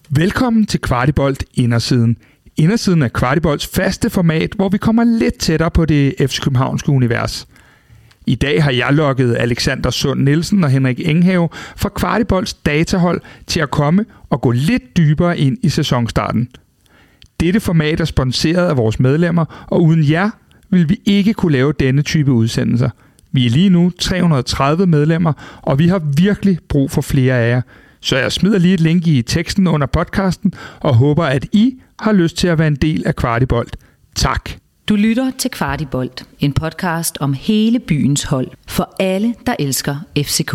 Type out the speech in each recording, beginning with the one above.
Velkommen til Kvartibolt Indersiden. Indersiden er Kvartibolts faste format, hvor vi kommer lidt tættere på det FC Københavnske univers. I dag har jeg lokket Alexander Sund Nielsen og Henrik Enghave fra Kvartibolts datahold til at komme og gå lidt dybere ind i sæsonstarten. Dette format er sponsoreret af vores medlemmer, og uden jer vil vi ikke kunne lave denne type udsendelser. Vi er lige nu 330 medlemmer, og vi har virkelig brug for flere af jer. Så jeg smider lige et link i teksten under podcasten, og håber, at I har lyst til at være en del af Kvartibolt. Tak. Du lytter til Kvartibolt, en podcast om hele byens hold, for alle, der elsker FCK.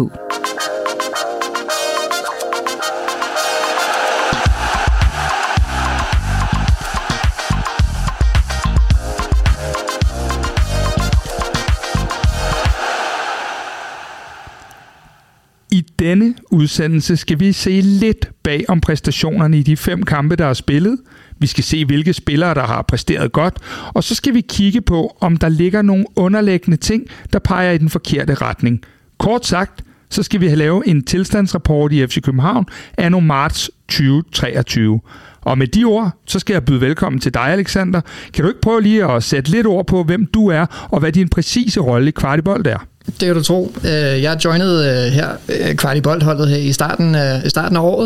I denne udsendelse skal vi se lidt bag om præstationerne i de 5 kampe, der er spillet. Vi skal se, hvilke spillere, der har præsteret godt, og så skal vi kigge på, om der ligger nogle underliggende ting, der peger i den forkerte retning. Kort sagt, så skal vi have lavet en tilstandsrapport i FC København anno marts 2023. Og med de ord, så skal jeg byde velkommen til dig, Alexander. Kan du ikke prøve lige at sætte lidt ord på, hvem du er, og hvad din præcise rolle i Kvartibolt er? Det kan du tro. Jeg joinede her Kvartibolt-holdet her i starten af året.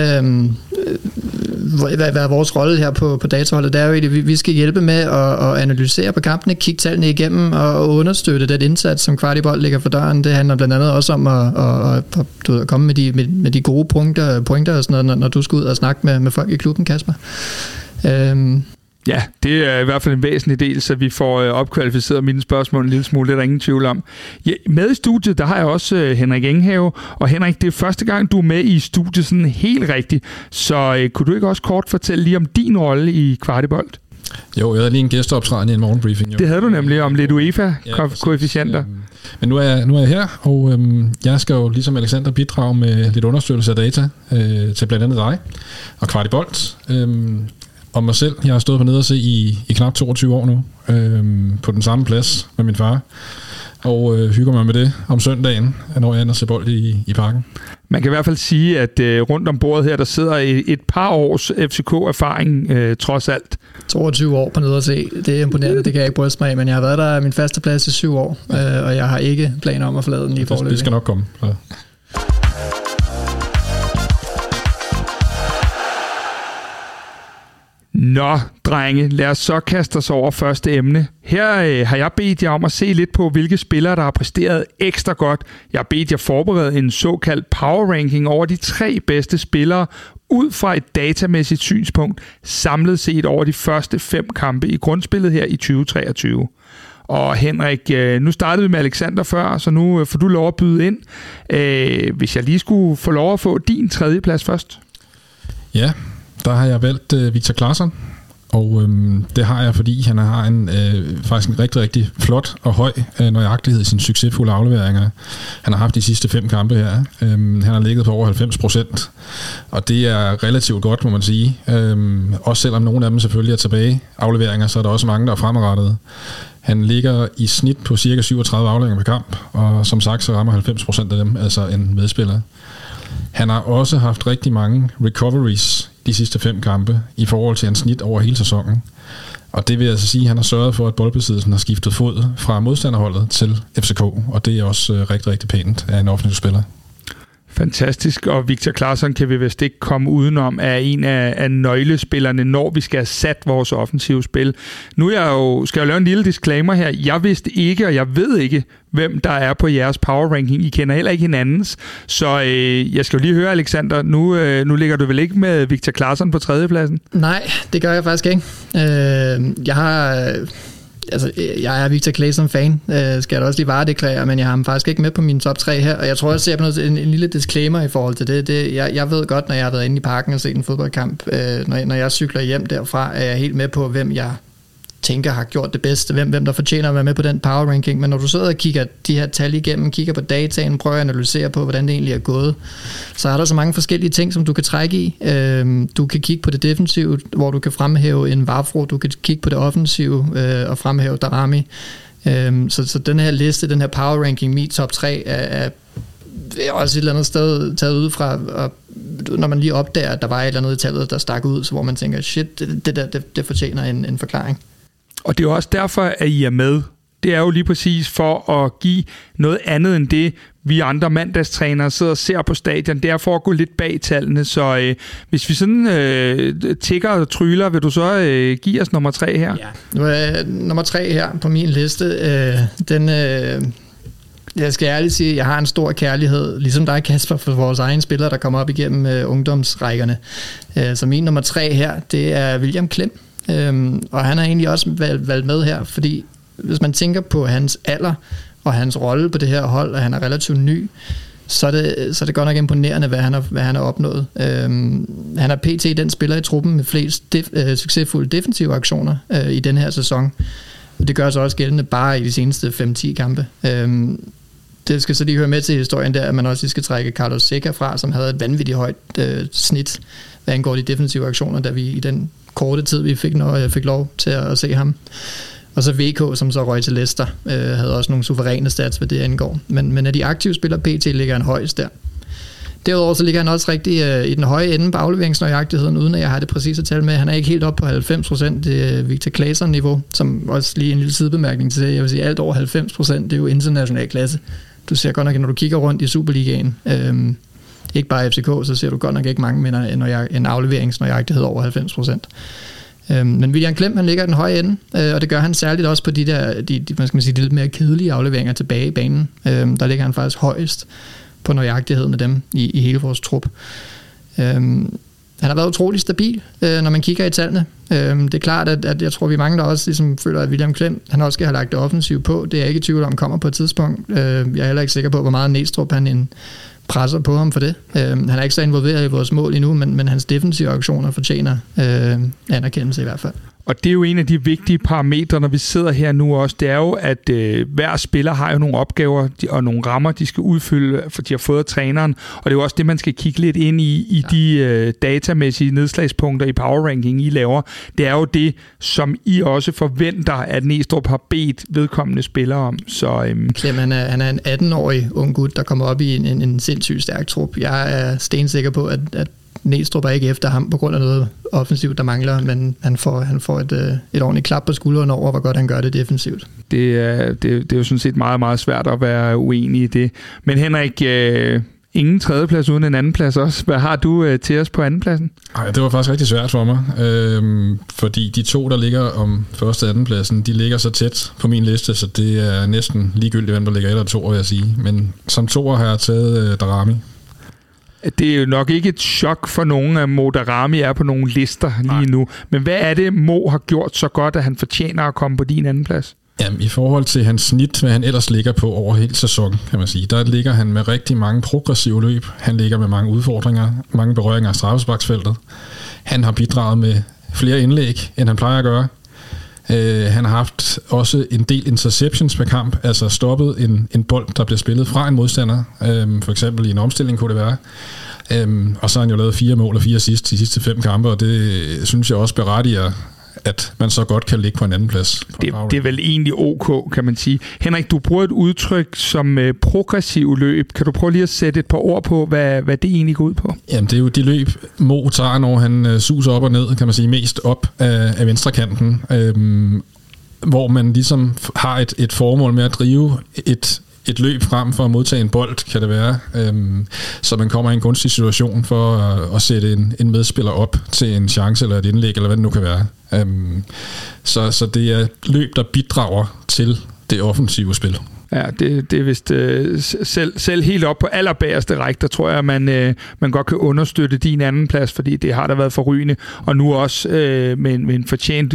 Hvad er vores rolle her på dataholdet? Det er jo, at vi skal hjælpe med at analysere på kampene, kigge tallene igennem og understøtte den indsats, som Kvartibolt ligger for døren. Det handler blandt andet også om at komme med de gode pointer og sådan noget, når du skal ud og snakke med folk i klubben, Kasper. Ja, det er i hvert fald en væsentlig del, så vi får opkvalificeret mine spørgsmål en lille smule, det er der ingen tvivl om. Ja, med i studiet, der har jeg også Henrik Enghave, og Henrik, det er første gang, du er med i studiet sådan helt rigtigt, så kunne du ikke også kort fortælle lige om din rolle i Kvartibolt? Jo, jeg havde lige en gæsteoptræden i en morgenbriefing. Jo. Det havde du nemlig om lidt UEFA-koefficienter. Men nu er jeg her, og jeg skal jo ligesom Alexander bidrage med lidt understøttelse af data til blandt andet dig og Kvartibolt. Og mig selv. Jeg har stået på nede og se i knap 22 år nu, på den samme plads med min far, og hygger mig med det om søndagen, når jeg ender til bold i parken. Man kan i hvert fald sige, at rundt om bordet her, der sidder et par års FCK-erfaring trods alt. 22 år på nede og se. Det er imponerende, det kan jeg ikke bryste mig af, men jeg har været der min faste plads i 7 år, og jeg har ikke planer om at forlade den lige forløbig. Det skal nok komme. Ja. Nå, drenge, lad os så kaste os over første emne. Her har jeg bedt jer om at se lidt på, hvilke spillere, der har præsteret ekstra godt. Jeg har bedt jer forberede en såkaldt power ranking over de 3 bedste spillere, ud fra et datamæssigt synspunkt, samlet set over de første 5 kampe i grundspillet her i 2023. Og Henrik, nu startede vi med Alexander før, så nu får du lov at byde ind. Hvis jeg lige skulle få lov at få din 3. plads først. Ja, der har jeg valgt Victor Claesson, og det har jeg, fordi han har faktisk en rigtig, rigtig flot og høj nøjagtighed i sine succesfulde afleveringer. Han har haft de sidste 5 kampe her. Han har ligget på over 90%, og det er relativt godt, må man sige. Også selvom nogle af dem selvfølgelig er tilbage afleveringer, så er der også mange, der er fremadrettet. Han ligger i snit på cirka 37 afleveringer per kamp, og som sagt, så rammer 90% af dem, altså en medspiller. Han har også haft rigtig mange recoveries de sidste 5 kampe i forhold til en snit over hele sæsonen. Og det vil altså sige, at han har sørget for, at boldbesiddelsen har skiftet fod fra modstanderholdet til FCK, og det er også rigtig, rigtig pænt af en offensiv spiller. Fantastisk, og Victor Claesson kan vi vist ikke komme udenom af en af nøglespillerne, når vi skal have sat vores offensive spil. Nu skal jeg lave en lille disclaimer her. Jeg vidste ikke, og jeg ved ikke, hvem der er på jeres power ranking. I kender heller ikke hinandens, så jeg skal jo lige høre, Alexander, nu ligger du vel ikke med Victor Claesson på 3. pladsen? Nej, det gør jeg faktisk ikke. Jeg er Victor Claesson-fan, skal jeg da også lige varedeklarere, men jeg har ham faktisk ikke med på mine top 3 her, og jeg tror også, jeg har en lille disclaimer i forhold til det. Jeg ved godt, når jeg har været inde i parken og set en fodboldkamp, når jeg cykler hjem derfra, er jeg helt med på, hvem jeg tænker har gjort det bedste, hvem der fortjener at være med på den power ranking, men når du sidder og kigger de her tal igennem, kigger på dataen, prøver at analysere på, hvordan det egentlig er gået, så er der så mange forskellige ting, som du kan trække i. Du kan kigge på det defensive, hvor du kan fremhæve en Vavro, du kan kigge på det offensive og fremhæve Darami. Så den her liste, den her power ranking, mit top 3, er også et eller andet sted taget ud fra når man lige opdager, at der var et eller andet i tallet, der stak ud, så hvor man tænker, shit, det fortjener en forklaring. Og det er også derfor, at I er med. Det er jo lige præcis for at give noget andet end det, vi andre mandagstrænere sidder og ser på stadion. Det er for at gå lidt bag tallene. Så hvis vi sådan tigger og tryller, vil du så give os nummer 3 her? Ja, nu er nummer 3 her på min liste. Jeg skal ærligt sige, at jeg har en stor kærlighed, ligesom dig, Kasper, for vores egne spillere, der kommer op igennem ungdomsrækkerne. Så min nummer 3 her, det er William Klem. Og han er egentlig også valgt med her, fordi hvis man tænker på hans alder og hans rolle på det her hold, og han er relativt ny, så er det godt nok imponerende, hvad han har opnået. Han er pt. Den spiller i truppen med flest succesfulde defensive aktioner i den her sæson. Og det gør sig også gældende bare i de seneste 5-10 kampe. Det skal så lige høre med til historien der, at man også skal trække Carlos Seca fra, som havde et vanvittigt højt snit, hvad angår de defensive aktioner, da vi i den korte tid, vi fik lov til at se ham. Og så VK, som så røg til Leicester, havde også nogle suveræne stats, hvad det angår. Men af de aktive spillere PT ligger han højst der. Derudover så ligger han også rigtig i den høje ende på afleveringsnøjagtigheden, uden at jeg har det præcise tal med. Han er ikke helt op på 90%, Victor Claesson-niveau, som også lige en lille sidebemærkning til det. Jeg vil sige, alt over 90%, det er jo international klasse. Du ser godt nok, når du kigger rundt i Superligaen, ikke bare FCK, så ser du godt nok ikke mange med en afleveringsnøjagtighed over 90%. Men William Klem, han ligger i den høje ende, og det gør han særligt også på de lidt mere kedelige afleveringer tilbage i banen. Der ligger han faktisk højest på nøjagtighed med dem i hele vores trup. Han har været utrolig stabil, når man kigger i tallene. Det er klart, at jeg tror, vi mange der også ligesom føler, at William Klem, han også skal have lagt det offensivt på. Det er jeg ikke i tvivl om, kommer på et tidspunkt. Jeg er heller ikke sikker på, hvor meget Næstrup han presser på ham for det. Han er ikke så involveret i vores mål endnu, men hans defensive aktioner fortjener anerkendelse i hvert fald. Og det er jo en af de vigtige parametre, når vi sidder her nu også, det er jo, at hver spiller har jo nogle opgaver og nogle rammer, de skal udfylde, for de har fået af træneren, og det er jo også det, man skal kigge lidt ind i de datamæssige nedslagspunkter i power ranking, I laver. Det er jo det, som I også forventer, at Næstrup har bedt vedkommende spillere om. Så, Jamen, han er en 18-årig ung gut, der kommer op i en sindssygt stærk trup. Jeg er stensikker på, at Næstrup er ikke efter ham på grund af noget offensivt, der mangler, men han får et ordentligt klap på skulderen over, hvor godt han gør det defensivt. Det er jo sådan set meget, meget svært at være uenig i det. Men Henrik, ingen tredjeplads uden en andenplads også. Hvad har du til os på andenpladsen? Ej, det var faktisk rigtig svært for mig, fordi de to, der ligger om første og andenpladsen, de ligger så tæt på min liste, så det er næsten ligegyldigt, hvem der ligger 1 eller 2, vil jeg sige. Men som toer har jeg taget Daramy. Det er jo nok ikke et chok for nogen, at Mo Daramy er på nogle lister lige nu. Men hvad er det, Mo har gjort så godt, at han fortjener at komme på din anden plads? Jamen, i forhold til hans snit, hvad han ellers ligger på over hele sæsonen, kan man sige, der ligger han med rigtig mange progressive løb. Han ligger med mange udfordringer, mange berøringer af straffesparksfeltet. Han har bidraget med flere indlæg, end han plejer at gøre. Han har haft også en del interceptions per kamp, altså stoppet en bold, der bliver spillet fra en modstander, for eksempel i en omstilling kunne det være. Og så har han jo lavet 4 mål og 4 assist de sidste 5 kampe, og det synes jeg også berettiger, at man så godt kan ligge på en anden plads. Det er vel egentlig ok, kan man sige. Henrik, du bruger et udtryk som progressiv løb. Kan du prøve lige at sætte et par ord på, hvad det egentlig går ud på? Jamen, det er jo de løb, Mo tager, når han suser op og ned, kan man sige, mest op af venstrekanten, hvor man ligesom har et formål med at drive et løb frem for at modtage en bold, kan det være, så man kommer i en gunstig situation for at sætte en medspiller op til en chance eller et indlæg, eller hvad det nu kan være. Så det er løb, der bidrager til det offensive spil. Ja, det er vist selv helt op på allerbagerste række, der tror jeg, man godt kan understøtte din anden plads, fordi det har der været forrygende, og nu også med en fortjent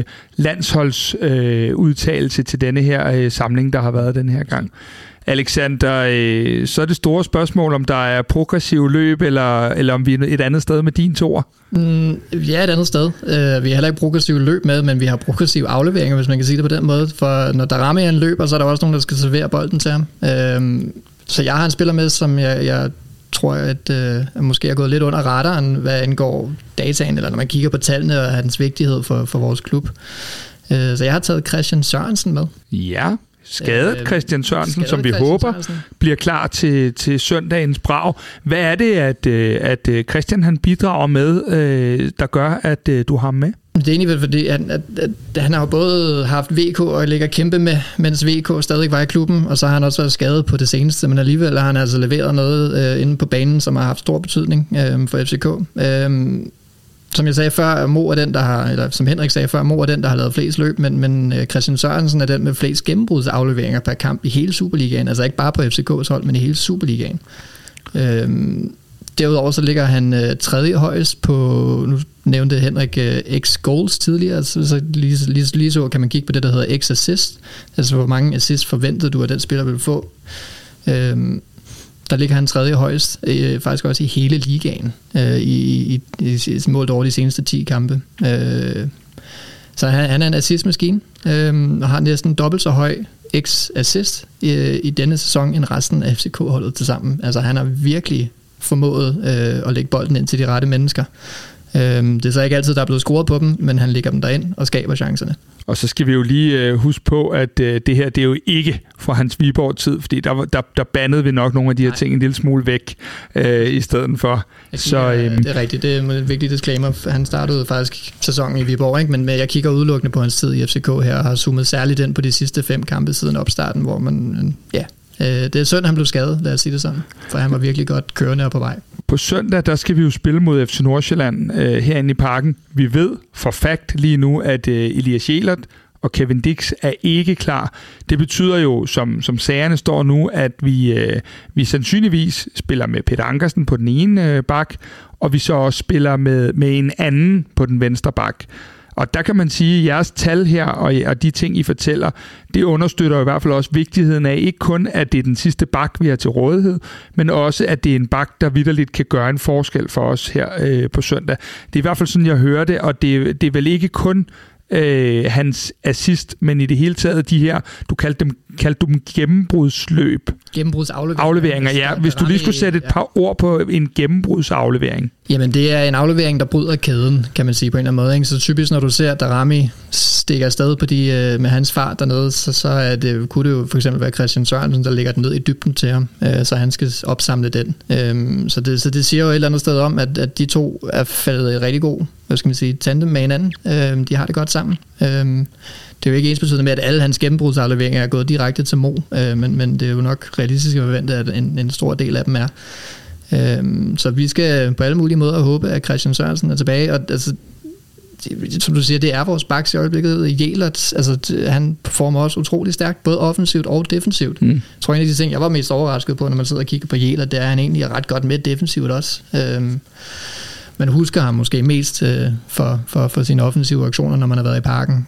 landsholdsudtalelse til denne her samling, der har været den her gang. Alexander, så er det store spørgsmål, om der er progressiv løb, eller om vi er et andet sted med din toer? Vi er et andet sted. Vi har heller ikke progressiv løb med, men vi har progressiv afleveringer, hvis man kan sige det på den måde. For når Daramy er en løber, så er der også nogen, der skal servere bolden til ham. Så jeg har en spiller med, som jeg tror, at måske er gået lidt under radaren, hvad angår dataen, eller når man kigger på tallene og hans vigtighed for vores klub. Så jeg har taget Christian Sørensen med. Ja, skadet Christian Sørensen, som vi håber bliver klar til søndagens brag. Hvad er det, at Christian han bidrager med, der gør, at du har ham med? Det er egentlig fordi, at han har jo både haft VK og ligger kæmpe med, mens VK stadig var i klubben, og så har han også været skadet på det seneste, men alligevel har han altså leveret noget inde på banen, som har haft stor betydning for FCK. Som jeg sagde før, Mo er den, der har, eller som Henrik sagde før, Mo er den, der har lavet flest løb, men Christian Sørensen er den med flest gennembrudsafleveringer per kamp i hele Superligaen, altså ikke bare på FCK's hold, men i hele Superligaen. Derudover så ligger han tredje højst på, nu nævnte Henrik X-goals tidligere, så lige så kan man kigge på det, der hedder X-assist, altså hvor mange assist forventede du, at den spiller vil få. Der ligger han tredje højst, faktisk også i hele ligaen, i målt over de seneste 10 kampe. Så han er en assistmaskine, og har næsten dobbelt så høj X-assist i denne sæson end resten af FCK-holdet til sammen. Altså han har virkelig formået at lægge bolden ind til de rette mennesker. Det er så ikke altid, der er blevet scoret på dem, men han lægger dem derind og skaber chancerne. Og så skal vi jo lige huske på, at det her, det er jo ikke fra hans Viborg-tid, fordi der bandede vi nok nogle af de her ting en lille smule væk i stedet for. Det er rigtigt, det er en vigtig disclaimer. Han startede faktisk sæsonen i Viborg, ikke? Men jeg kigger udelukkende på hans tid i FCK her, og har zoomet særligt ind på de sidste 5 kampe siden opstarten, hvor man, det er synd, han blev skadet, lad os sige det sådan, for han var virkelig godt kørende og på vej. På søndag, der skal vi jo spille mod FC Nordsjælland herinde i parken. Vi ved for fakt lige nu, at Elias Jelert og Kevin Dix er ikke klar. Det betyder jo, som sagerne står nu, at vi sandsynligvis spiller med Peter Ankersen på den ene bak, og vi så også spiller med en anden på den venstre bak. Og der kan man sige, at jeres tal her og de ting, I fortæller, det understøtter i hvert fald også vigtigheden af ikke kun, at det er den sidste bak, vi har til rådighed, men også, at det er en bak, der vitterligt kan gøre en forskel for os her på søndag. Det er i hvert fald sådan, jeg hører det, og det er vel ikke kun hans assist, men i det hele taget de her, du kaldte dem gennembrudsløb. Gennembrudsafleveringer. Ja. Hvis du lige skulle sætte et par ord på en gennembrudsaflevering. Jamen, det er en aflevering, der bryder kæden, kan man sige på en eller anden måde. Ikke? Så typisk, når du ser Darami stikker afsted på med hans fart dernede, så kunne det jo for eksempel være Christian Sørensen, der lægger den ned i dybden til ham, så han skal opsamle den. Så det siger jo et eller andet sted om, at de to er faldet i rigtig god, tandem med hinanden. De har det godt sammen. Det er jo ikke ensbetydende med, at alle hans gennembrudsafleveringer er gået direkte til Mo, men det er jo nok realistisk at forvente, at en stor del af dem er. Så vi skal på alle mulige måder håbe, at Christian Sørensen er tilbage, og altså, som du siger, det er vores backs i øjeblikket. Jelert, altså han performer også utrolig stærkt, både offensivt og defensivt. Jeg tror, en af de ting, jeg var mest overrasket på, når man sidder og kigger på Jelert, det er, at han egentlig er ret godt med defensivt også. Man husker ham måske mest for sine offensive aktioner, når man har været i parken.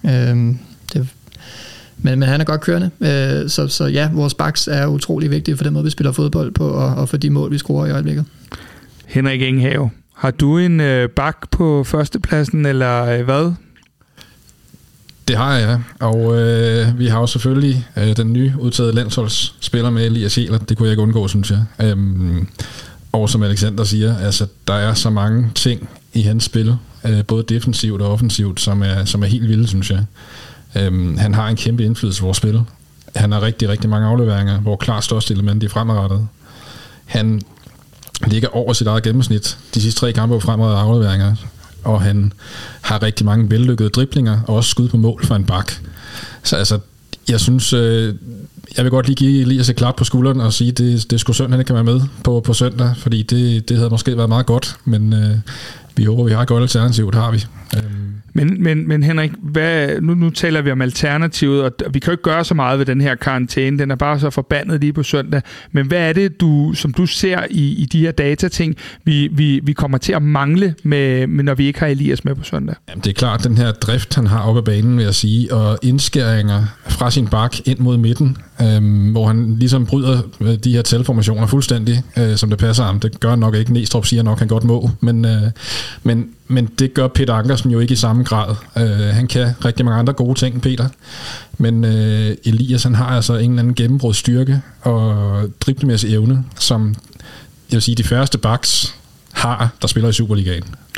Men han er godt kørende, så ja, vores backs er utrolig vigtige for den måde, vi spiller fodbold på, og for de mål, vi scorer i øjeblikket. Henrik Enghave, har du en bak på førstepladsen, eller hvad? Det har jeg, og vi har jo selvfølgelig den nye udtaget landsholdsspiller med, Elias Jelert. Det kunne jeg ikke undgå, synes jeg. Og som Alexander siger, altså, der er så mange ting i hans spil, både defensivt og offensivt, som er helt vilde, synes jeg. Han har en kæmpe indflydelse på vores spil. Han har rigtig, rigtig mange afleveringer, hvor klart største element er fremadrettet. Han ligger over sit eget gennemsnit de sidste 3 kampe på fremadrettede afleveringer, og han har rigtig mange vellykkede driblinger, og også skud på mål for en bak. Så altså, jeg synes, jeg vil godt lige give Elias et klap på skulderen og sige, det er sgu synd, han ikke kan være med på søndag, fordi det havde måske været meget godt, men vi håber, vi har et godt alternativ, det har vi. Men Henrik, nu taler vi om alternativet, og vi kan jo ikke gøre så meget ved den her karantæne, den er bare så forbandet lige på søndag, men hvad er det, som du ser i de her datating, vi kommer til at mangle, med, når vi ikke har Elias med på søndag? Jamen, det er klart, den her drift, han har oppe af banen, vil jeg sige, og indskæringer fra sin bak ind mod midten, hvor han ligesom bryder de her telformationer fuldstændig, som det passer ham. Det gør han nok ikke. Næstrup siger nok, han godt må, men det gør Peter Ankersen jo ikke i samme grad. Han kan rigtig mange andre gode ting, Peter. Men Elias, han har altså en eller anden gennembrudsstyrke og driblemæssig evne, som jeg vil sige, de færreste backs har, der spiller i Superligaen.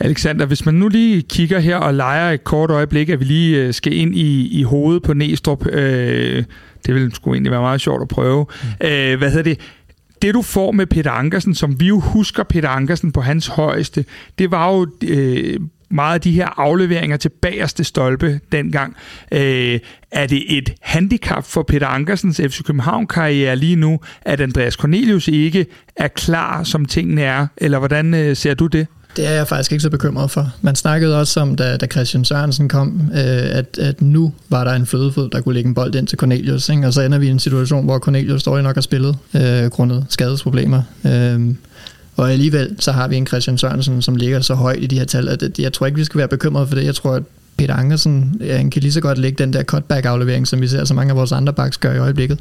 Alexander, hvis man nu lige kigger her og leger et kort øjeblik, at vi lige skal ind i hovedet på Næstrup. Det ville sgu egentlig være meget sjovt at prøve. Hvad hedder det? Det du får med Peter Ankersen, som vi jo husker Peter Ankersen på hans højeste, det var jo meget af de her afleveringer til bagerste stolpe dengang. Er det et handicap for Peter Ankersens FC København-karriere lige nu, at Andreas Cornelius ikke er klar, som tingene er? Eller hvordan ser du det? Det er jeg faktisk ikke så bekymret for. Man snakkede også om, da Christian Sørensen kom, at nu var der en flødefod, der kunne lægge en bold ind til Cornelius, ikke? Og så ender vi i en situation, hvor Cornelius dårligt nok har spillet grundet skadesproblemer. Og alligevel så har vi en Christian Sørensen, som ligger så højt i de her tal, at jeg tror ikke, vi skal være bekymret for det. Jeg tror, at Peter Ankersen han kan lige så godt lægge den der cutback-aflevering, som vi ser så mange af vores andre backs gør i øjeblikket.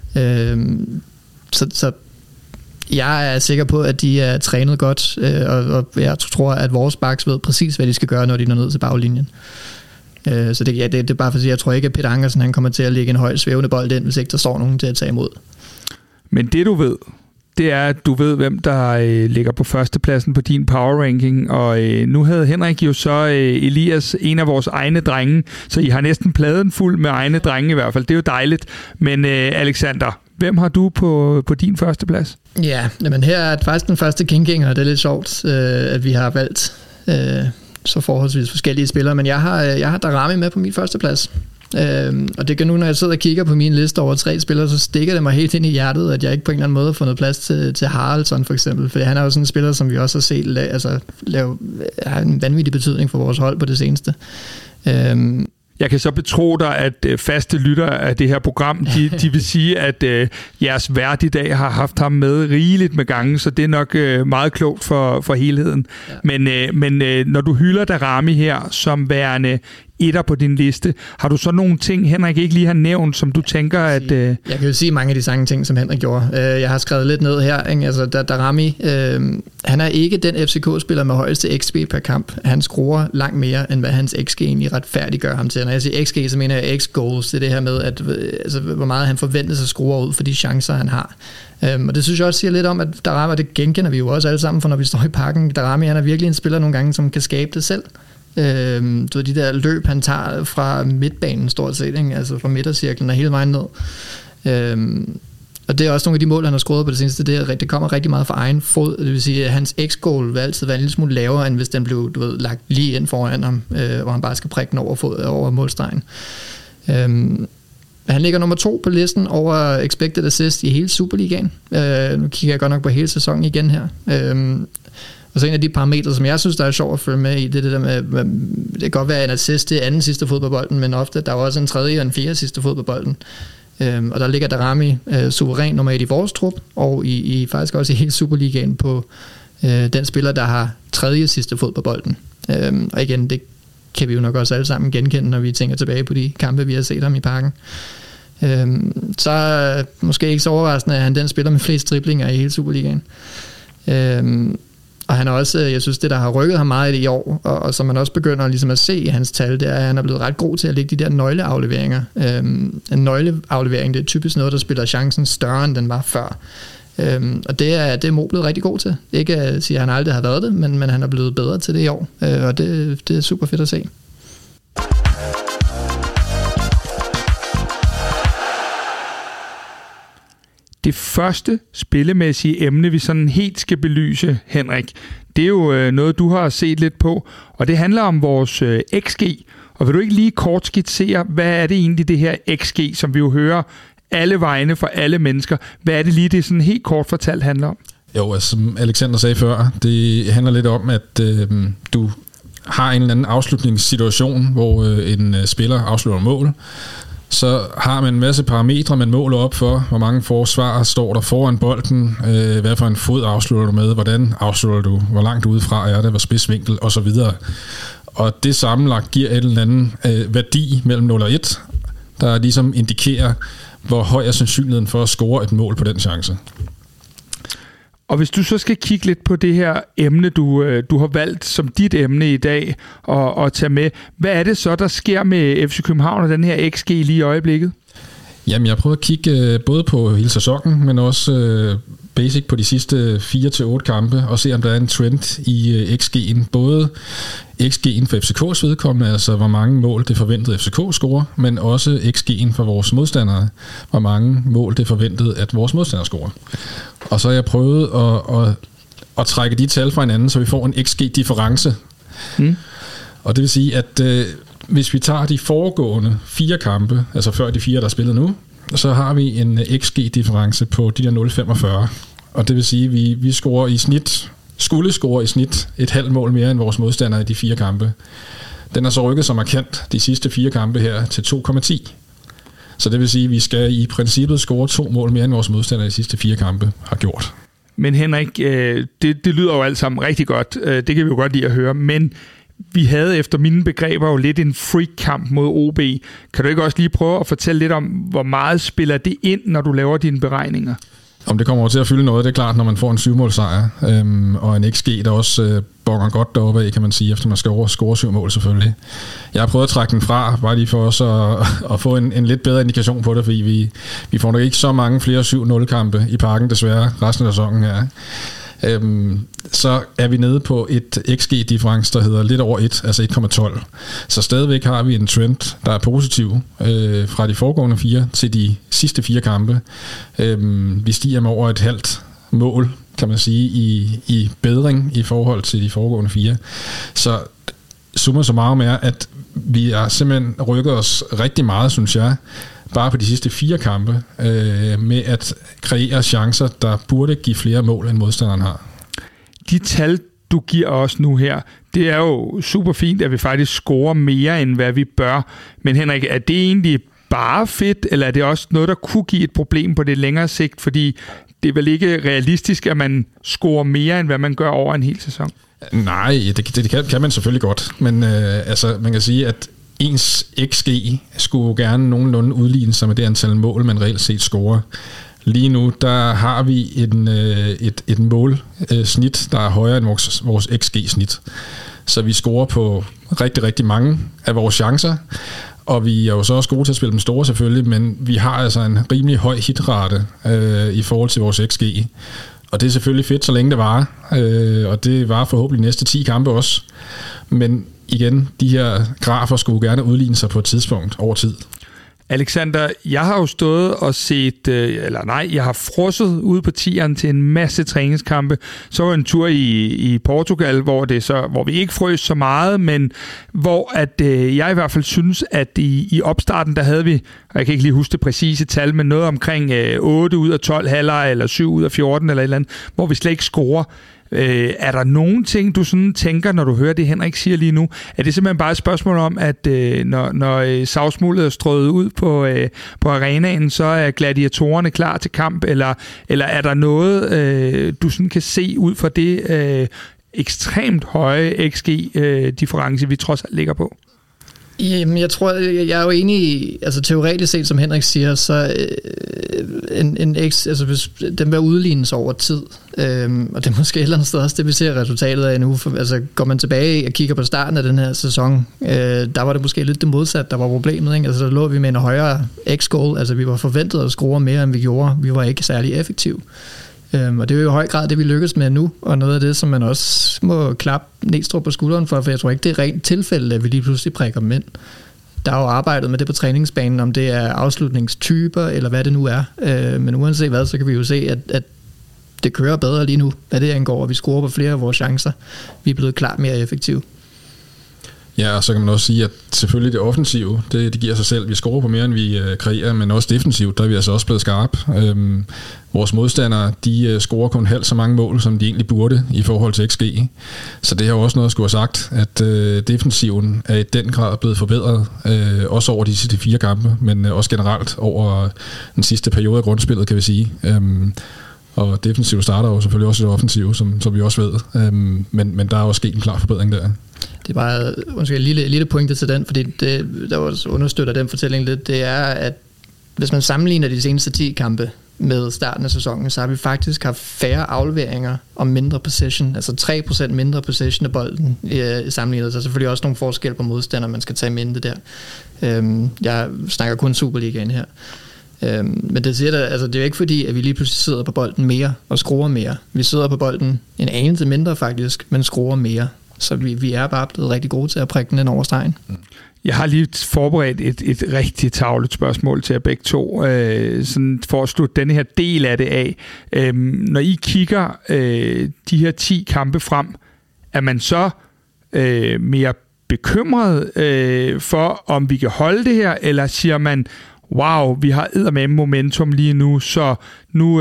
Så jeg er sikker på, at de er trænet godt, og jeg tror, at vores backs ved præcis, hvad de skal gøre, når de når ned til baglinjen. Så det er bare for at sige, jeg tror ikke, at Peter Ankersen han kommer til at lægge en højt svævende bold ind, hvis ikke der står nogen til at tage imod. Men det du ved, det er, at du ved, hvem der ligger på førstepladsen på din power ranking, og nu havde Henrik jo så Elias, en af vores egne drenge, så I har næsten pladen fuld med egne drenge i hvert fald. Det er jo dejligt. Men Alexander, hvem har du på din førsteplads? Ja, men her er faktisk den første kinkinger, og det er lidt sjovt, at vi har valgt så forholdsvis forskellige spillere, men jeg har Daramy med på min førsteplads. Og det kan nu, når jeg sidder og kigger på min liste over 3 spillere, så stikker det mig helt ind i hjertet, at jeg ikke på en eller anden måde har fundet plads til Haraldsson for eksempel, for han er jo sådan en spiller, som vi også har set har en vanvittig betydning for vores hold på det seneste. Jeg kan så betro dig, at faste lyttere af det her program, de vil sige, at jeres vært i dag har haft ham med rigeligt med gange, så det er nok meget klogt for helheden. Ja. Men når du hylder Daramy her som værende etter på din liste, har du så nogle ting, Henrik ikke lige har nævnt, som du tænker, at... Jeg kan jo sige mange af de samme ting, som Henrik gjorde. Jeg har skrevet lidt ned her. Ikke? Altså, Daramy, han er ikke den FCK-spiller med højeste XG per kamp. Han skruer langt mere, end hvad hans XG egentlig retfærdiggør ham til. Når jeg siger XG, så mener jeg X-goals. Det er det her med, at, altså, hvor meget han forventes at skrue ud for de chancer, han har. Og det synes jeg også siger lidt om, at Daramy, det genkender vi jo også alle sammen, for når vi står i parken. Daramy, han er virkelig en spiller nogle gange, som kan skabe det selv. Du ved, de der løb, han tager fra midtbanen stort set, ikke? Altså fra midtercirklen og hele vejen ned. Og det er også nogle af de mål, han har scoret på det seneste. Det kommer rigtig meget fra egen fod. Det vil sige, at hans x-goal vil altid være en lille smule lavere, end hvis den blev lagt lige ind foran ham, hvor han bare skal prikke den over målstregen. Han ligger nummer 2 på listen over expected assist i hele Superligaen. Nu kigger jeg godt nok på hele sæsonen igen her. Og så en af de parametre, som jeg synes, der er sjovt at følge med i, det er det der med, det kan godt være en assist til anden sidste fod på bolden, men ofte der er også en tredje og en fjerde sidste fod på bolden. Og der ligger Daramy suveræn nummer 1 i vores trup, og i faktisk også i hele Superligaen på den spiller, der har tredje sidste fod på bolden. Og igen, det kan vi jo nok også alle sammen genkende, når vi tænker tilbage på de kampe, vi har set ham i parken. Så måske ikke så overraskende, at han den spiller med flest driblinger i hele Superligaen. Og han er også, jeg synes, det der har rykket ham meget i år, og som man også begynder ligesom at se i hans tal, det er, at han er blevet ret god til at lægge de der nøgleafleveringer. En nøgleaflevering, det er typisk noget, der spiller chancen større, end den var før. Og det er Mo blevet rigtig god til. Ikke at sige, at han aldrig har været det, men han er blevet bedre til det i år, og det er super fedt at se. Det første spillemæssige emne, vi sådan helt skal belyse, Henrik, det er jo noget, du har set lidt på, og det handler om vores XG. Og vil du ikke lige kort skitsere, hvad er det egentlig det her XG, som vi jo hører alle vegne for alle mennesker? Hvad er det lige, det sådan helt kort fortalt handler om? Jo, altså, som Alexander sagde før, det handler lidt om, at du har en eller anden afslutningssituation, hvor en spiller afslutter mål. Så har man en masse parametre, man måler op for, hvor mange forsvarer står der foran bolden, hvad for en fod afslutter du med, hvordan afslutter du, hvor langt udefra er det, hvor spidsvinkel osv. Og det sammenlagt giver en eller anden værdi mellem 0 og 1, der ligesom indikerer, hvor høj er sandsynligheden for at score et mål på den chance. Og hvis du så skal kigge lidt på det her emne, du har valgt som dit emne i dag og tage med, hvad er det så, der sker med FC København og den her XG lige i øjeblikket? Jamen, jeg har prøvet at kigge både på hele sæsonen, men også basic på de sidste 4-8 kampe, og se om der er en trend i XG'en. Både XG'en for FCK's vedkommende, altså hvor mange mål det forventede FCK scorer, men også XG'en for vores modstandere, hvor mange mål det forventede, at vores modstandere scorer. Og så har jeg prøvet at trække de tal fra hinanden, så vi får en XG-difference. Og det vil sige, at hvis vi tager de foregående 4 kampe, altså før de 4, der er spillet nu, så har vi en XG-difference på de der 0,45. Og det vil sige, at vi scorer i snit, skulle score i snit et halvt mål mere end vores modstandere i de 4 kampe. Den er så rykket så markant de sidste 4 kampe her til 2,10. Så det vil sige, at vi skal i princippet score 2 mål mere end vores modstandere i de sidste 4 kampe har gjort. Men Henrik, det lyder jo alt sammen rigtig godt. Det kan vi jo godt lide at høre. Men vi havde efter mine begreber jo lidt en freak-kamp mod OB. Kan du ikke også lige prøve at fortælle lidt om, hvor meget spiller det ind, når du laver dine beregninger? Om det kommer over til at fylde noget, det er klart, når man får en 7-målsejr, og en XG, der også bonger godt deroppe af, kan man sige, efter man skal score 7 mål selvfølgelig. Jeg har prøvet at trække den fra, bare lige for os at få en lidt bedre indikation på det, fordi vi får nok ikke så mange flere 7-0-kampe i parken, desværre, resten af sæsonen her. Så er vi nede på et XG-difference, der hedder lidt over 1, altså 1,12. Så stadigvæk har vi en trend, der er positiv fra de foregående 4 til de sidste 4 kampe. Vi stiger med over et halvt mål, kan man sige, i bedring i forhold til de foregående 4. Så summa summarum er, at vi har simpelthen rykket os rigtig meget, synes jeg, bare på de sidste 4 kampe, med at kreere chancer, der burde give flere mål, end modstanderen har. De tal, du giver os nu her, det er jo super fint, at vi faktisk scorer mere, end hvad vi bør. Men Henrik, er det egentlig bare fedt, eller er det også noget, der kunne give et problem på det længere sigt? Fordi det er vel ikke realistisk, at man scorer mere, end hvad man gør over en hel sæson? Nej, det kan man selvfølgelig godt. Men altså, man kan sige, at ens XG skulle gerne nogenlunde udligne sig med det antal mål, man reelt set scorer. Lige nu, der har vi et målsnit, der er højere end vores XG-snit. Så vi scorer på rigtig, rigtig mange af vores chancer, og vi er jo så også gode til at spille dem store selvfølgelig, men vi har altså en rimelig høj hitrate i forhold til vores XG. Og det er selvfølgelig fedt, så længe det varer, og det varer forhåbentlig næste 10 kampe også. Men igen, de her grafer skulle gerne udligne sig på et tidspunkt over tid. Alexander, jeg har jo stået og set, jeg har frosset ude på tieren til en masse træningskampe. Så var en tur i Portugal, hvor vi ikke frøs så meget, men hvor at jeg i hvert fald synes, at i opstarten, der havde vi, og jeg kan ikke lige huske det præcise tal, men noget omkring 8 ud af 12 halvleje, eller 7 ud af 14, eller et eller andet, hvor vi slet ikke scorer. Er der nogen ting, du sådan tænker, når du hører det, Henrik siger lige nu? Er det simpelthen bare et spørgsmål om, at når savsmuldet er strøget ud på arenaen, så er gladiatorerne klar til kamp? Eller er der noget, du sådan kan se ud fra det ekstremt høje XG-difference, vi trods alt ligger på? Jamen, jeg tror, jeg er jo enig i, altså teoretisk set, som Henrik siger, så hvis den vil udlignes over tid, og det er måske et eller andet sted også det, vi ser resultatet af nu. Altså går man tilbage og kigger på starten af den her sæson, der var det måske lidt det modsatte, der var problemet, ikke? Altså der lå vi med en højere x-goal, altså vi var forventet at score mere, end vi gjorde. Vi var ikke særlig effektive. Og det er jo i høj grad det, vi lykkes med nu, og noget af det, som man også må klappe Næstrup på skulderen for jeg tror ikke, det er rent tilfælde, at vi lige pludselig prikker dem ind. Der er jo arbejdet med det på træningsbanen, om det er afslutningstyper, eller hvad det nu er. Men uanset hvad, så kan vi jo se, at det kører bedre lige nu, hvad det angår, og vi scorer på flere af vores chancer. Vi er blevet klart mere effektive. Ja, og så kan man også sige, at selvfølgelig det offensive, det giver sig selv. Vi scorer på mere, end vi kreerer, men også defensivt, der er vi altså også blevet skarpe. Vores modstandere, de scorer kun halvt så mange mål, som de egentlig burde i forhold til XG. Så det har jo også noget at skulle have sagt, at defensiven er i den grad blevet forbedret, også over de sidste 4 kampe, men også generelt over den sidste periode af grundspillet, kan vi sige. Og defensivt starter jo selvfølgelig også det offensive, som vi også ved. Men der er også sket en klar forbedring der. Det er bare en lille pointe til den, fordi det, der også understøtter den fortælling lidt, det er, at hvis man sammenligner de seneste 10 kampe med starten af sæsonen, så har vi faktisk haft færre afleveringer og mindre possession, altså 3% mindre possession af bolden sammenlignet. Så selvfølgelig også nogle forskel på modstandere, man skal tage i mente der. Jeg snakker kun Superligaen her. Men det siger altså, det er jo ikke fordi, at vi lige pludselig sidder på bolden mere og skruer mere. Vi sidder på bolden en anelse mindre faktisk, men skruer mere. Så vi er bare blevet rigtig gode til at prikke den over stregen. Jeg har lige forberedt et rigtig tavlet spørgsmål til jer begge to, sådan for at slutte denne her del af det af. Når I kigger de her 10 kampe frem, er man så mere bekymret for, om vi kan holde det her, eller siger man, wow, vi har eddermame momentum lige nu, så nu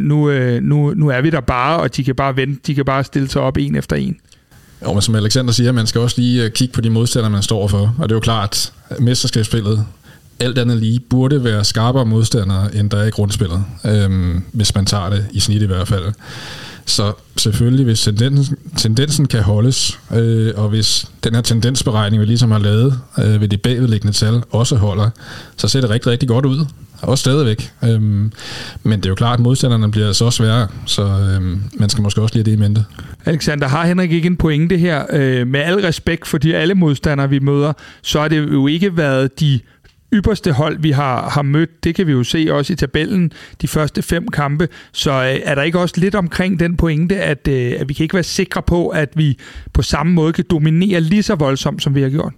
er vi der bare, og de kan bare vente, de kan bare stille sig op en efter en? Jo, men som Alexander siger, man skal også lige kigge på de modstandere, man står for. Og det er jo klart, at mesterskabsspillet, alt andet lige, burde være skarpere modstandere, end der er i grundspillet. Hvis man tager det i snit i hvert fald. Så selvfølgelig, hvis tendensen kan holdes, og hvis den her tendensberegning, vi ligesom har lavet ved de bagvedliggende tal, også holder, så ser det rigtig, rigtig godt ud. Også stadigvæk. Men det er jo klart, at modstanderne bliver så sværere, så man skal måske også lige det i mente. Alexander, har Henrik ikke en pointe her? Med al respekt for de alle modstandere, vi møder, så har det jo ikke været de ypperste hold, vi har mødt. Det kan vi jo se også i tabellen, de første 5 kampe. Så er der ikke også lidt omkring den pointe, at vi kan ikke være sikre på, at vi på samme måde kan dominere lige så voldsomt, som vi har gjort?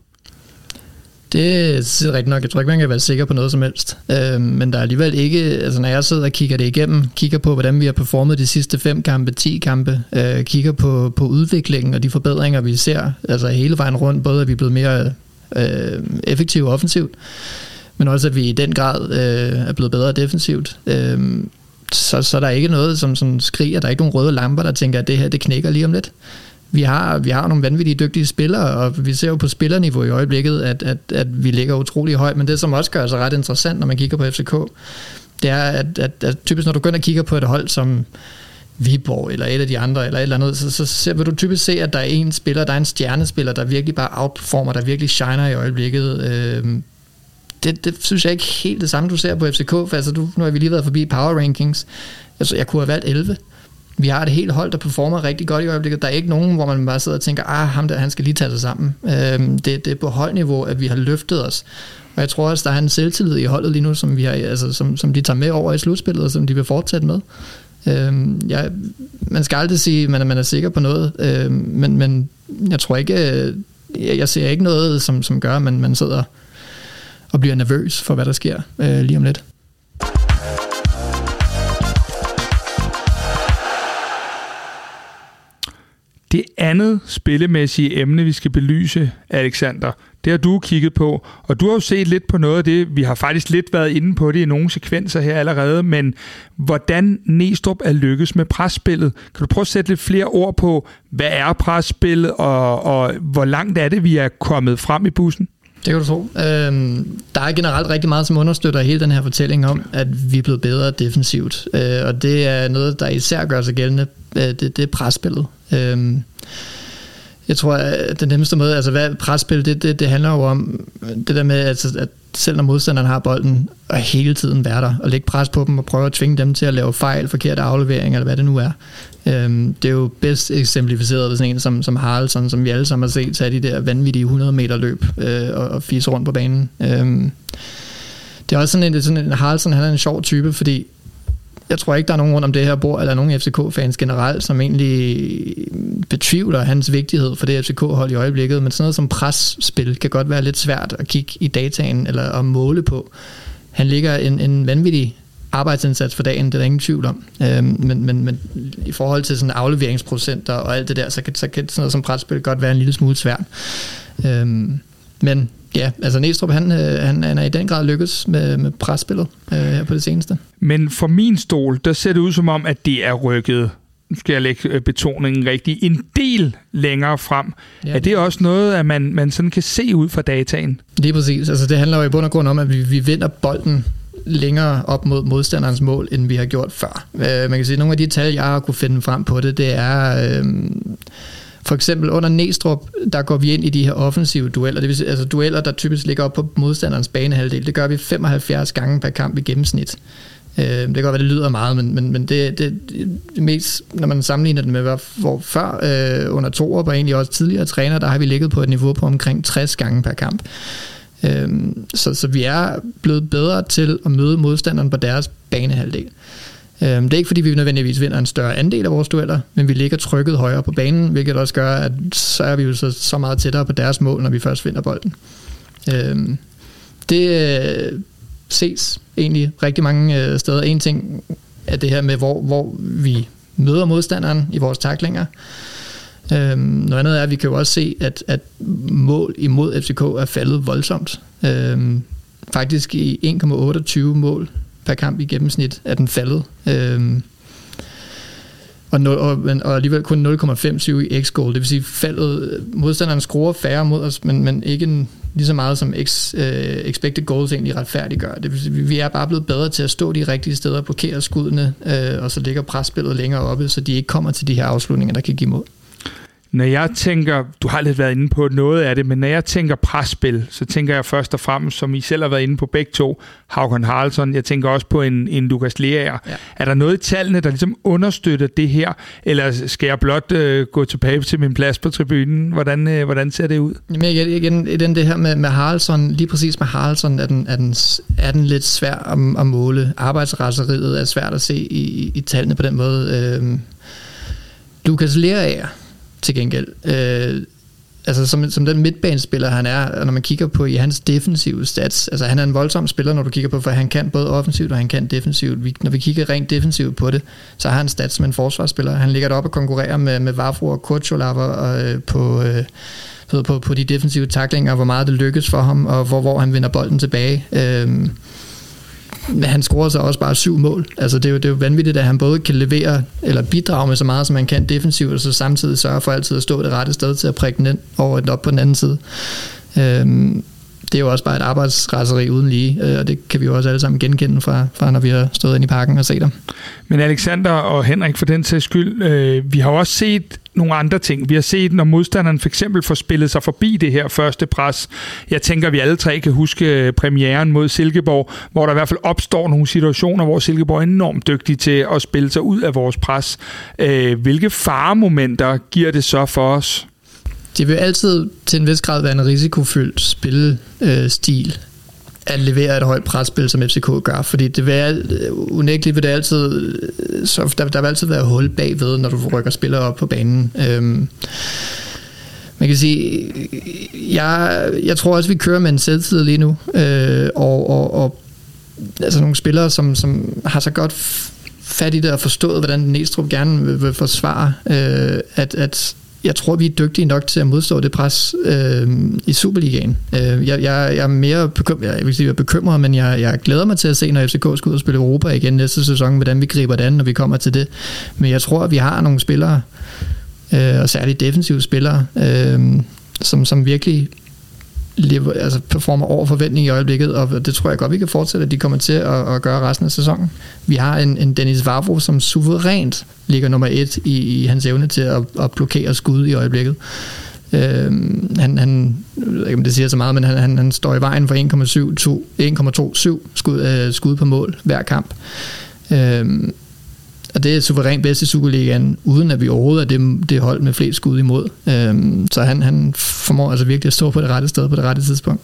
Det er rigtigt nok. Jeg tror ikke, man kan være sikker på noget som helst. Men der er alligevel ikke, altså når jeg sidder og kigger det igennem, kigger på, hvordan vi har performet de sidste 5 kampe, 10 kampe, kigger på udviklingen og de forbedringer, vi ser, altså hele vejen rundt, både at vi er blevet mere effektive offensivt, men også at vi i den grad er blevet bedre defensivt. Så der er ikke noget, som skriger, der er ikke nogen røde lamper, der tænker, at det her, det knækker lige om lidt. Vi har nogle vanvittigt dygtige spillere, og vi ser jo på spillerniveau i øjeblikket, at vi ligger utrolig højt, men det, som også gør sig ret interessant, når man kigger på FCK, det er, at typisk, når du går ind og kigger på et hold som Viborg, eller et af de andre, eller et eller andet, så vil du typisk se, at der er en spiller, der er en stjernespiller, der virkelig bare outperformer, der virkelig shiner i øjeblikket. Det synes jeg ikke helt det samme, du ser på FCK, for altså, nu har vi lige været forbi Power Rankings. Altså, jeg kunne have valgt 11. Vi har et helt hold, der performer rigtig godt i øjeblikket. Der er ikke nogen, hvor man bare sidder og tænker, ham der, han skal lige tage sig sammen. Det er på holdniveau, at vi har løftet os. Og jeg tror også, der er en selvtillid i holdet lige nu, som vi har, altså, som de tager med over i slutspillet, og som de vil fortsætte med. Man skal aldrig sige, at man er sikker på noget, men jeg tror ikke, jeg ser ikke noget, som gør, at man sidder og bliver nervøs for, hvad der sker lige om lidt. Det andet spillemæssige emne, vi skal belyse, Alexander, det har du kigget på, og du har jo set lidt på noget af det. Vi har faktisk lidt været inde på det i nogle sekvenser her allerede, men hvordan Næstrup er lykkes med presspillet. Kan du prøve at sætte lidt flere ord på, hvad er presspillet, og hvor langt er det, vi er kommet frem i bussen? Det kan du tro. Der er generelt rigtig meget, som understøtter hele den her fortælling om, at vi er blevet bedre defensivt. Og det er noget, der især gør sig gældende. Det er presspillet. Jeg tror, at den nemmeste måde, altså hvad presspil, det handler jo om det der med, at selv når modstanderen har bolden, og hele tiden være der, og lægge pres på dem, og prøve at tvinge dem til at lave fejl, forkerte afleveringer, eller hvad det nu er. Det er jo bedst eksemplificeret ved sådan en som Haraldsson, som vi alle sammen har set, tage de der vanvittige 100 meter løb, og fise rundt på banen. Det er også sådan en Haraldsson, han er en sjov type, fordi jeg tror ikke, der er nogen rundt om det her bord, eller nogen FCK-fans generelt, som egentlig betvivler hans vigtighed for det FCK-hold i øjeblikket, men sådan noget som presspil kan godt være lidt svært at kigge i dataen, eller at måle på. Han ligger en vanvittig arbejdsindsats for dagen, det er der ingen tvivl om. Men i forhold til sådan afleveringsprocenter og alt det der, så kan sådan noget som presspil godt være en lille smule svært. Men ja, altså Næstrup, han er i den grad lykkes med presspillet her på det seneste. Men for min stol, der ser det ud som om, at det er rykket, nu skal jeg lægge betoningen rigtig, en del længere frem. Ja. Er det også noget, at man sådan kan se ud fra dataen? Det er præcis. Altså det handler jo i bund og grund om, at vi vinder bolden længere op mod modstanderens mål, end vi har gjort før. Man kan sige, at nogle af de tal, jeg har kunne finde frem på det er... For eksempel under Næstrup, der går vi ind i de her offensive dueller, det vil sige, altså dueller, der typisk ligger op på modstanderens banehalvdel. Det gør vi 75 gange per kamp i gennemsnit. Det kan godt være, det lyder meget, men det mest, når man sammenligner det med, hvor før under Torup og egentlig også tidligere træner, der har vi ligget på et niveau på omkring 60 gange per kamp. Så vi er blevet bedre til at møde modstanderen på deres banehalvdel. Det er ikke fordi vi nødvendigvis vinder en større andel af vores dueller, men vi ligger trykket højere på banen, hvilket også gør, at så er vi jo så meget tættere på deres mål, når vi først vinder bolden. Det ses egentlig rigtig mange steder. En ting er det her med, hvor vi møder modstanderen i vores tacklinger. Noget andet er, at vi kan jo også se, at mål imod FCK er faldet voldsomt. Faktisk i 1,28 mål per kamp i gennemsnit er den faldet. Og alligevel kun 0,57 i x-goal. Det vil sige, faldet, modstanderen scorer færre mod os, men ikke lige så meget som expected goals egentlig retfærdiggør. Det vil sige, vi er bare blevet bedre til at stå de rigtige steder, blokere skuddene, og så ligger presspillet længere oppe, så de ikke kommer til de her afslutninger, der kan give mål. Når jeg tænker, du har lidt været inde på noget af det, men når jeg tænker presspil, så tænker jeg først og fremmest, som I selv har været inde på begge to, Håkon Haraldsson, jeg tænker også på en Lukas Lerager. Ja. Er der noget i tallene, der ligesom understøtter det her, eller skal jeg blot gå tilbage til min plads på tribunen? Hvordan ser det ud? Jamen igen i det her med Haraldsson, lige præcis med Haraldsson er den lidt svær at måle. Arbejdsraseriet er svært at se i tallene på den måde. Lukas Lerager til gengæld. Altså som den midtbanespiller han er, og når man kigger på i hans defensive stats, altså han er en voldsom spiller, når du kigger på, for han kan både offensivt og han kan defensivt. Når vi kigger rent defensivt på det, så har han stats som en forsvarsspiller. Han ligger deroppe og konkurrerer med Vavro og Kurtulava på de defensive tacklinger, hvor meget det lykkes for ham, og hvor han vinder bolden tilbage. Men han scorer så også bare 7 mål. Altså det er jo vanvittigt, at han både kan levere eller bidrage med så meget, som han kan defensivt, og så samtidig sørge for altid at stå det rette sted til at prikke den ind over og op på den anden side. Det er jo også bare et arbejdsraseri uden lige, og det kan vi jo også alle sammen genkende fra når vi har stået inde i parken og set dem. Men Alexander og Henrik, for den sags skyld, vi har også set nogle andre ting. Vi har set, når modstanderen for eksempel får spillet sig forbi det her første pres. Jeg tænker, vi alle tre kan huske premieren mod Silkeborg, hvor der i hvert fald opstår nogle situationer, hvor Silkeborg er enormt dygtige til at spille sig ud af vores pres. Hvilke faremomenter giver det så for os? Det vil altid til en vis grad være en risikofyldt spillestil at levere et højt presspil, som FCK gør, fordi det vil unægteligt vil det altid, så der vil altid være hul bagved, når du rykker spillere op på banen. Man kan sige, jeg tror også, vi kører med en selvtid lige nu, og altså nogle spillere, som har så godt fat i det og forstået, hvordan Næstrup gerne vil forsvare, at jeg tror, vi er dygtige nok til at modstå det pres i Superligaen. Jeg er mere bekymret, jeg vil sige, bekymret, men jeg glæder mig til at se, når FCK skal ud og spille Europa igen næste sæson, hvordan vi griber det an, når vi kommer til det. Men jeg tror, at vi har nogle spillere, og særligt defensive spillere, som virkelig performer over forventning i øjeblikket, og det tror jeg godt, vi kan fortsætte, at de kommer til at gøre resten af sæsonen. Vi har en Dennis Vavro, som suverænt ligger nummer 1 i hans evne til at blokere skud i øjeblikket. Han jeg ved ikke, om det siger så meget, men han står i vejen for 1,27 skud på mål hver kamp. Og det er suverænt bedst i Superligaen, uden at vi overhovedet er det hold med flest skud imod. Så han formår altså virkelig at stå på det rette sted på det rette tidspunkt.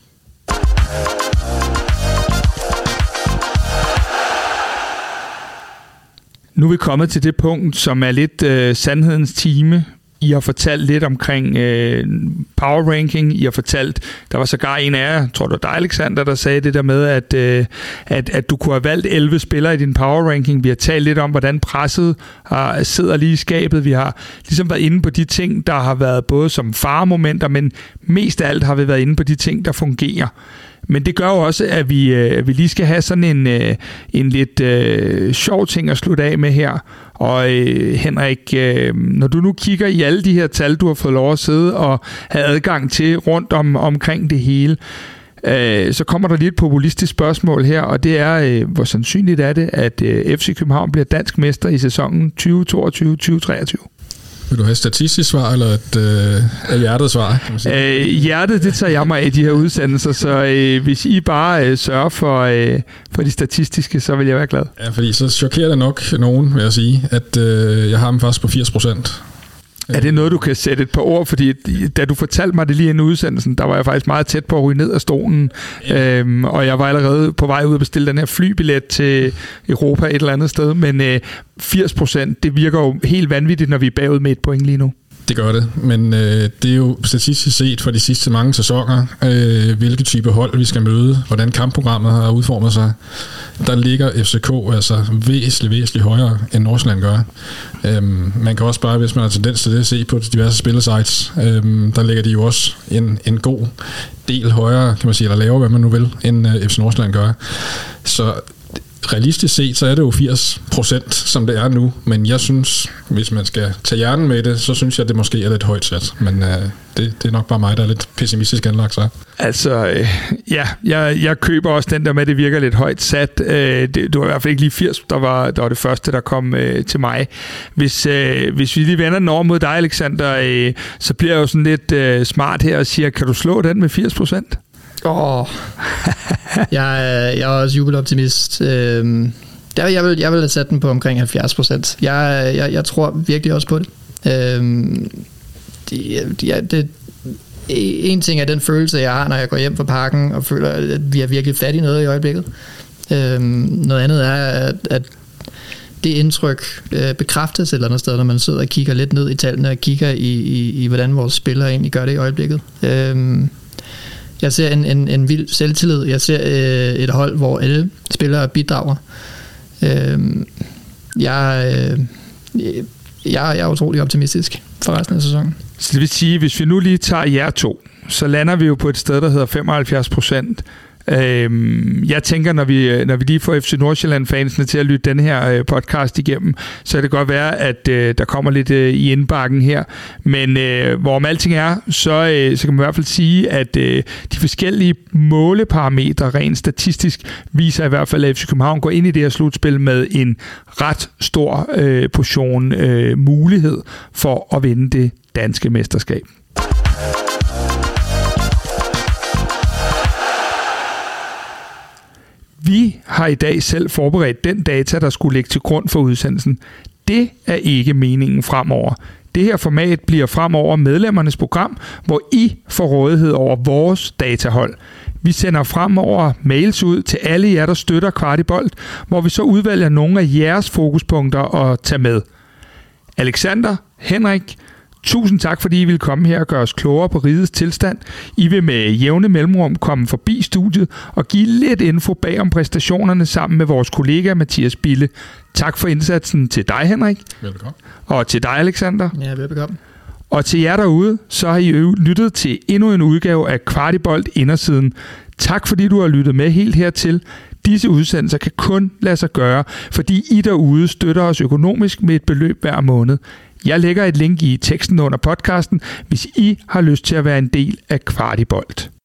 Nu er vi kommet til det punkt, som er lidt sandhedens time. I har fortalt lidt omkring power ranking. I har fortalt, der var sågar en af jer, tror du dig, Alexander, der sagde det der med, at du kunne have valgt 11 spillere i din power ranking. Vi har talt lidt om, hvordan presset sidder lige i skabet. Vi har ligesom været inde på de ting, der har været både som faremomenter, men mest af alt har vi været inde på de ting, der fungerer. Men det gør jo også, at vi lige skal have sådan en lidt sjov ting at slutte af med her. Og Henrik, når du nu kigger i alle de her tal, du har fået lov at sidde og have adgang til rundt omkring det hele, så kommer der lige et populistisk spørgsmål her, og det er, hvor sandsynligt er det, at FC København bliver dansk mester i sæsonen 2022-2023? Vil du have et statistisk svar, eller et hjertet svar? Hjertet, det tager jeg mig af i de her udsendelser, så hvis I bare sørger for de statistiske, så vil jeg være glad. Ja, fordi så chokerer det nok nogen, vil jeg sige, at jeg har dem faktisk på 80%. Er det noget, du kan sætte et par ord? Fordi da du fortalte mig det lige inden udsendelsen, der var jeg faktisk meget tæt på at ryge ned af stolen. Og jeg var allerede på vej ud at bestille den her flybillet til Europa et eller andet sted. Men 80%, det virker jo helt vanvittigt, når vi er bagud med 1 point lige nu. Det gør det, men det er jo statistisk set for de sidste mange sæsoner, hvilke type hold vi skal møde, hvordan kampprogrammet har udformet sig. Der ligger FCK altså væsentligt højere, end Nordsjælland gør. Man kan også bare, hvis man har tendens til det, se på diverse spillesites. Der ligger de jo også en god del højere, kan man sige, eller lavere, hvad man nu vil, end FC Nordsjælland gør. Så realistisk set, så er det jo 80%, som det er nu, men jeg synes, hvis man skal tage hjernen med det, så synes jeg, det måske er lidt højt sat, men det er nok bare mig, der er lidt pessimistisk anlagt så. Altså, jeg køber også den der med, at det virker lidt højt sat. Det var i hvert fald ikke lige 80, der var det første, der kom til mig. Hvis vi lige vender den over mod dig, Alexander, så bliver jeg jo sådan lidt smart her og siger, kan du slå den med 80%? Jeg er også jubeloptimist. Jeg vil have sat den på omkring 70%. Jeg tror virkelig også på det. En ting er den følelse, jeg har, når jeg går hjem fra parken og føler, at vi er virkelig fat i noget i øjeblikket. Noget andet er, at det indtryk bekræftes et eller andet sted, når man sidder og kigger lidt ned i tallene og kigger i hvordan vores spillere egentlig gør det i øjeblikket. Jeg ser en vild selvtillid. Jeg ser et hold, hvor alle spillere bidrager. Jeg er utrolig optimistisk for resten af sæsonen. Så det vil sige, hvis vi nu lige tager jer to, så lander vi jo på et sted, der hedder 75%. Jeg tænker, når vi lige får FC Nordsjælland-fansene til at lytte den her podcast igennem, så kan det godt være, at der kommer lidt i indbakken her. Men hvorom alting er, så kan man i hvert fald sige, at de forskellige måleparametre rent statistisk viser i hvert fald, at FC København går ind i det her slutspil med en ret stor portion mulighed for at vinde det danske mesterskab. Vi har i dag selv forberedt den data, der skulle ligge til grund for udsendelsen. Det er ikke meningen fremover. Det her format bliver fremover medlemmernes program, hvor I får rådighed over vores datahold. Vi sender fremover mails ud til alle jer, der støtter Kvartibolt, hvor vi så udvælger nogle af jeres fokuspunkter at tage med. Alexander, Henrik, tusind tak, fordi I vil komme her og gøre os klogere på rigets tilstand. I vil med jævne mellemrum komme forbi studiet og give lidt info bag om præstationerne sammen med vores kollega Mathias Bille. Tak for indsatsen til dig, Henrik. Velbekomme. Og til dig, Alexander. Ja, velbekomme. Og til jer derude, så har I lyttet til endnu en udgave af Kvartibolt Indersiden. Tak fordi du har lyttet med helt hertil. Disse udsendelser kan kun lade sig gøre, fordi I derude støtter os økonomisk med et beløb hver måned. Jeg lægger et link i teksten under podcasten, hvis I har lyst til at være en del af Kvartibolt.